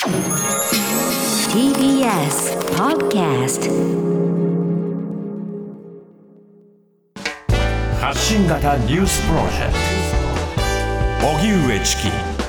TBS Podcast 発信型ニュースプロジェクト荻上チキ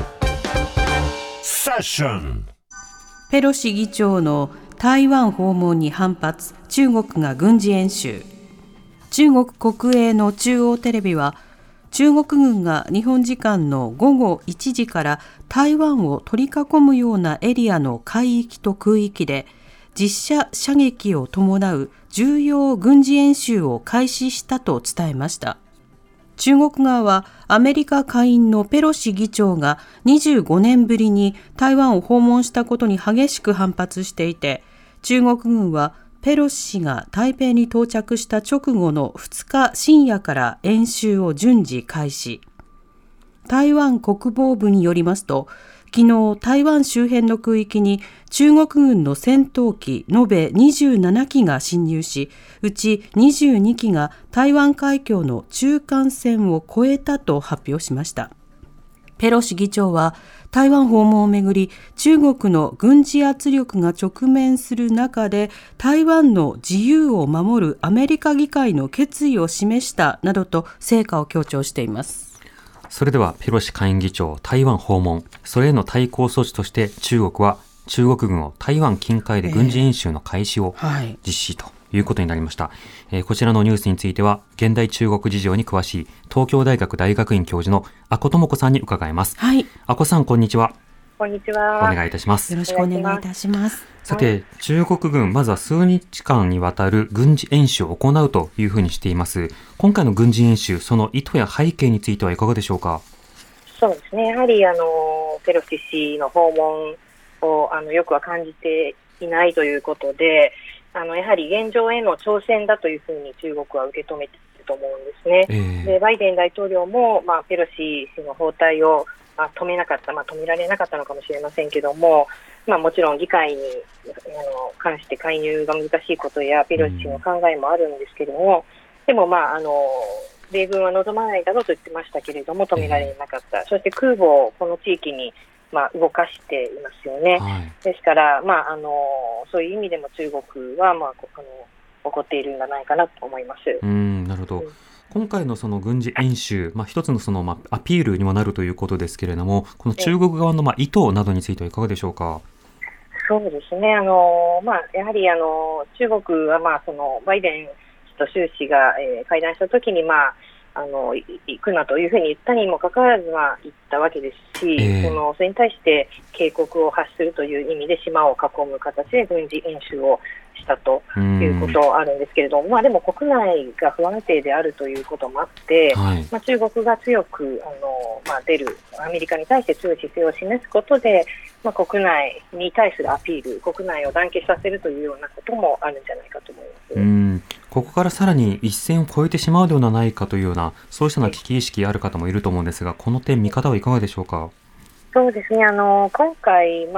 セッション。 ペロシ議長の台湾訪問に反発、中国が軍事演習。中国国営の中央テレビは、中国軍が日本時間の午後1時から台湾を取り囲むようなエリアの海域と空域で実射射撃を伴う重要軍事演習を開始したと伝えました。中国側はアメリカ下院のペロシ議長が25年ぶりに台湾を訪問したことに激しく反発していて、中国軍はペロシ氏が台北に到着した直後の2日深夜から演習を順次開始。台湾国防部によりますと、昨日台湾周辺の空域に中国軍の戦闘機延べ27機が侵入し、うち22機が台湾海峡の中間線を越えたと発表しました。ペロシ議長は台湾訪問をめぐり、中国の軍事圧力が直面する中で台湾の自由を守るアメリカ議会の決意を示したなどと成果を強調しています。 それではペロシ下院議長台湾訪問、それへの対抗措置として中国は中国軍を台湾近海で軍事演習の開始を実施ということになりました。こちらのニュースについては現代中国事情に詳しい東京大学大学院教授の阿古智子さんに伺います。阿古さん、こんにちは。 こんにちは。 お願いいたします。 よろしくお願いいたします。 さて、中国軍、まずは数日間にわたる軍事演習を行うというふうにしています。今回の軍事演習、その意図や背景についてはいかがでしょうか。 そうですね。やはりペロシ氏の訪問をよくは感じていないということで、やはり現状への挑戦だというふうに中国は受け止めていると思うんですね。でバイデン大統領も、ペロシ氏の訪台を止めなかった、止められなかったのかもしれませんけども、もちろん議会に関して介入が難しいことやペロシ氏の考えもあるんですけれども、でも米軍は望まないだろうと言ってましたけれども止められなかった。そして空母をこの地域に動かしていますよね。ですから、そういう意味でも中国は、怒っているんじゃないかなと思います。 なるほど。今回のその軍事演習、一つのそのアピールにもなるということですけれども、この中国側の意図などについてはいかがでしょうか。 そうですね。やはり中国はそのバイデン氏と習氏が、会談したときに行くなというふうに言ったにもかかわらず行ったわけですし、それに対して警告を発するという意味で島を囲む形で軍事演習をしたということがあるんですけれども、でも国内が不安定であるということもあって、中国が強く出る、アメリカに対して強い姿勢を示すことで、国内に対するアピール、国内を団結させるというようなこともあるんじゃないかと思います。 ここからさらに一線を越えてしまうのではないかというような、そうした危機意識ある方もいると思うんですが、この点見方はいかがでしょうか。 そうですね。今回、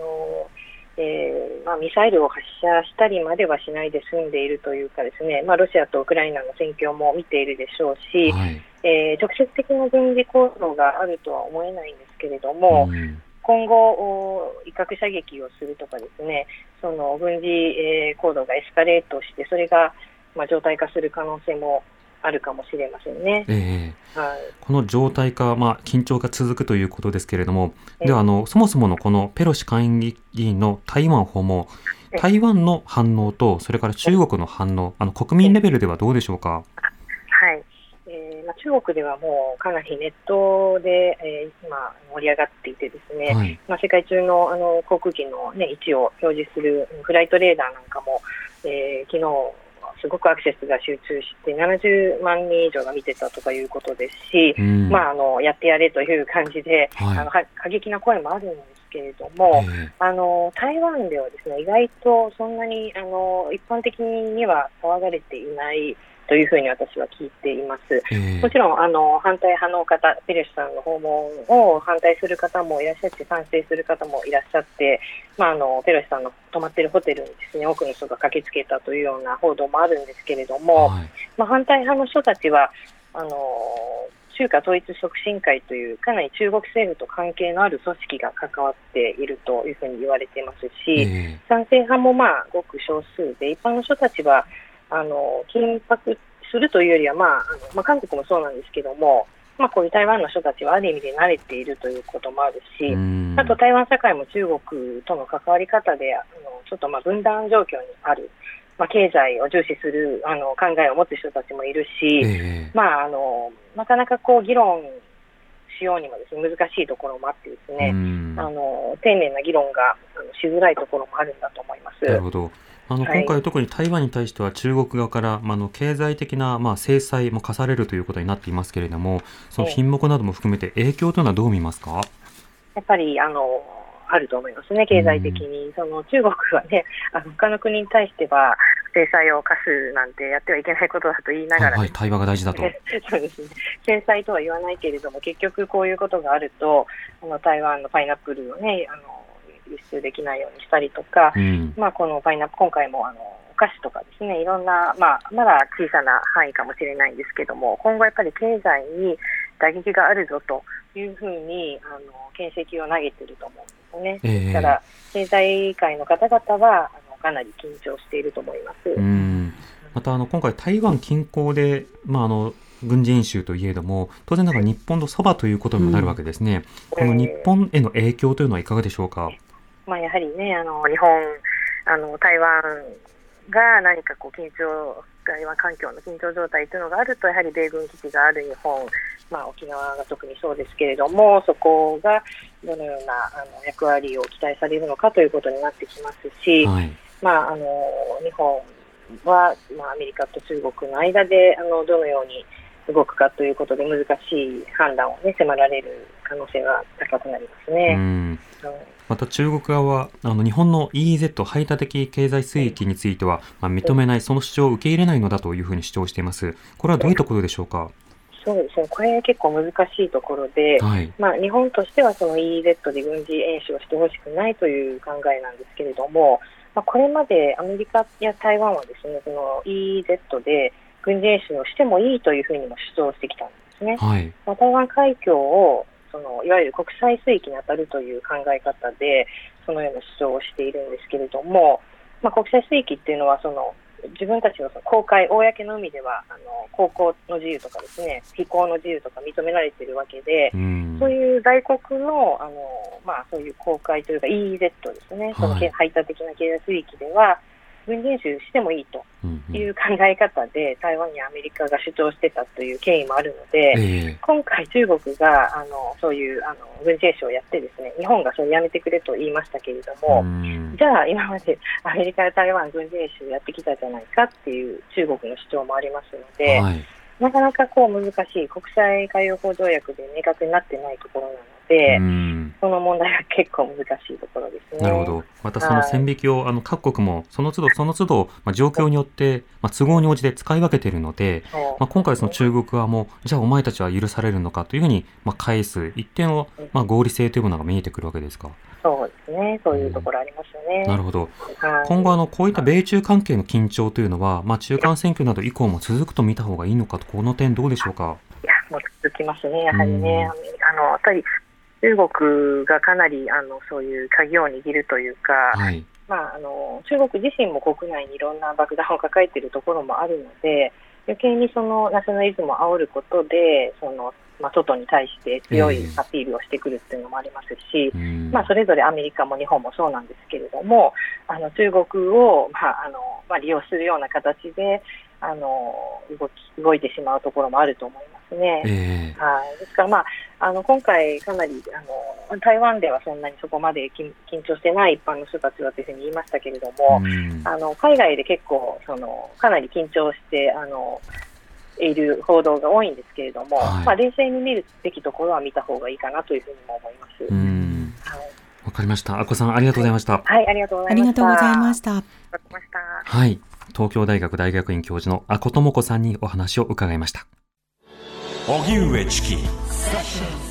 ミサイルを発射したりまではしないで済んでいるというかですね、ロシアとウクライナの戦況も見ているでしょうし、直接的な軍事行動があるとは思えないんですけれども、今後威嚇射撃をするとかですね、その軍事行動がエスカレートしてそれが常態化する可能性もあるかもしれませんね。 この常態化、緊張が続くということですけれども、ではそもそものこのペロシ下院議員の台湾訪問、台湾の反応とそれから中国の反応、国民レベルではどうでしょうか。 中国ではもうかなりネットで、今盛り上がっていてですね、世界中の航空機の、位置を表示するフライトレーダーなんかも、昨日すごくアクセスが集中して70万人以上が見てたとかいうことですし、やってやれという感じで、過激な声もあるんですけれども、台湾ではですね、意外とそんなに一般的には騒がれていないというふうに私は聞いています。もちろん反対派の方、ペレシさんの訪問を反対する方もいらっしゃって、賛成する方もいらっしゃって、ペロシさんの泊まっているホテルにですね、多くの人が駆けつけたというような報道もあるんですけれども、反対派の人たちは中華統一促進会というかなり中国政府と関係のある組織が関わっているというふうに言われていますし、賛成派もごく少数で、一般の人たちは緊迫するというよりは、韓国もそうなんですけども、こういう台湾の人たちはある意味で慣れているということもあるし、あと台湾社会も中国との関わり方でちょっと分断状況にある、経済を重視する考えを持つ人たちもいるし、なかなか議論しようにもですね、難しいところもあってですね、丁寧な議論がしづらいところもあるんだと思います。 なるほど。今回は特に台湾に対しては中国側から経済的な制裁も課されるということになっていますけれども、その品目なども含めて影響というのはどう見ますか？ やっぱりあると思いますね、経済的に。中国はね、他の国に対しては制裁を科すなんてやってはいけないことだと言いながら、 対話が大事だとそうですね、制裁とは言わないけれども、結局こういうことがあると台湾のパイナップルをね輸出できないようにしたりとか、このパイナップル、今回もお菓子とかですね、いろんな、まだ小さな範囲かもしれないんですけども、今後やっぱり経済に打撃があるぞというふうに牽制を投げていると思うんですね。だから経済界の方々はかなり緊張していると思います。 また今回台湾近郊で、軍事演習といえども、当然ながら日本のそばということにもなるわけですね。この日本への影響というのはいかがでしょうか？ やはりね、日本台湾が何か台湾環境の緊張状態というのがあると、やはり米軍基地がある日本、沖縄が特にそうですけれども、そこがどのような役割を期待されるのかということになってきますし、日本は、アメリカと中国の間でどのように動くかということで難しい判断を、迫られる可能性が高くなりますね。 また中国側は日本の EEZ 排他的経済水域については、認めない、その主張を受け入れないのだというふうに主張しています。これはどういうところでしょうか？ そうですね、これ結構難しいところで、日本としてはその EEZ で軍事演習をしてほしくないという考えなんですけれども、これまでアメリカや台湾はですね、その EEZ で軍事演習をしてもいいというふうにも主張してきたんですね。台湾海峡をいわゆる国際水域に当たるという考え方でそのような主張をしているんですけれども、国際水域っていうのは自分たちの公海、公の海では航行の自由とかですね、飛行の自由とか認められているわけで、そういう外国のそういう公海というか EEZ ですね、その排他的な経済水域では軍事演習してもいいという考え方で台湾やアメリカが主張してたという経緯もあるので、今回中国がそういう軍事演習をやってですね、日本がそれやめてくれと言いましたけれども、じゃあ今までアメリカや台湾軍事演習やってきたじゃないかっていう中国の主張もありますので、なかなか難しい、国際海洋法条約で明確になってないところなので、その問題は結構難しいところですね。 なるほど。またその線引きを各国もその都度状況によって、都合に応じて使い分けているので、今回その中国側もじゃあお前たちは許されるのかというふうに返す一点を、合理性というものが見えてくるわけですか？ そうですね、そういうところありますよね。 なるほど。今後こういった米中関係の緊張というのは、中間選挙など以降も続くと見た方がいいのかと、この点どうでしょうか？ いや、もう続きますね、やはりね。やっぱり中国がかなりそういう鍵を握るというか、中国自身も国内にいろんな爆弾を抱えているところもあるので、余計にそのナショナリズムを煽ることで外に対して強いアピールをしてくるっていうのもありますし、それぞれアメリカも日本もそうなんですけれども、中国を、利用するような形で動いてしまうところもあると思いますね。ですから今回かなり台湾ではそんなにそこまで緊張してない一般の人たちはというふうに言いましたけれども、海外で結構かなり緊張している報道が多いんですけれども、冷静に見るべきところは見た方がいいかなというふうにも思います。 わかりました。阿古さん、ありがとうございました。 ありがとうございました。 東京大学大学院教授の阿古智子さんにお話を伺いました。 荻上チキ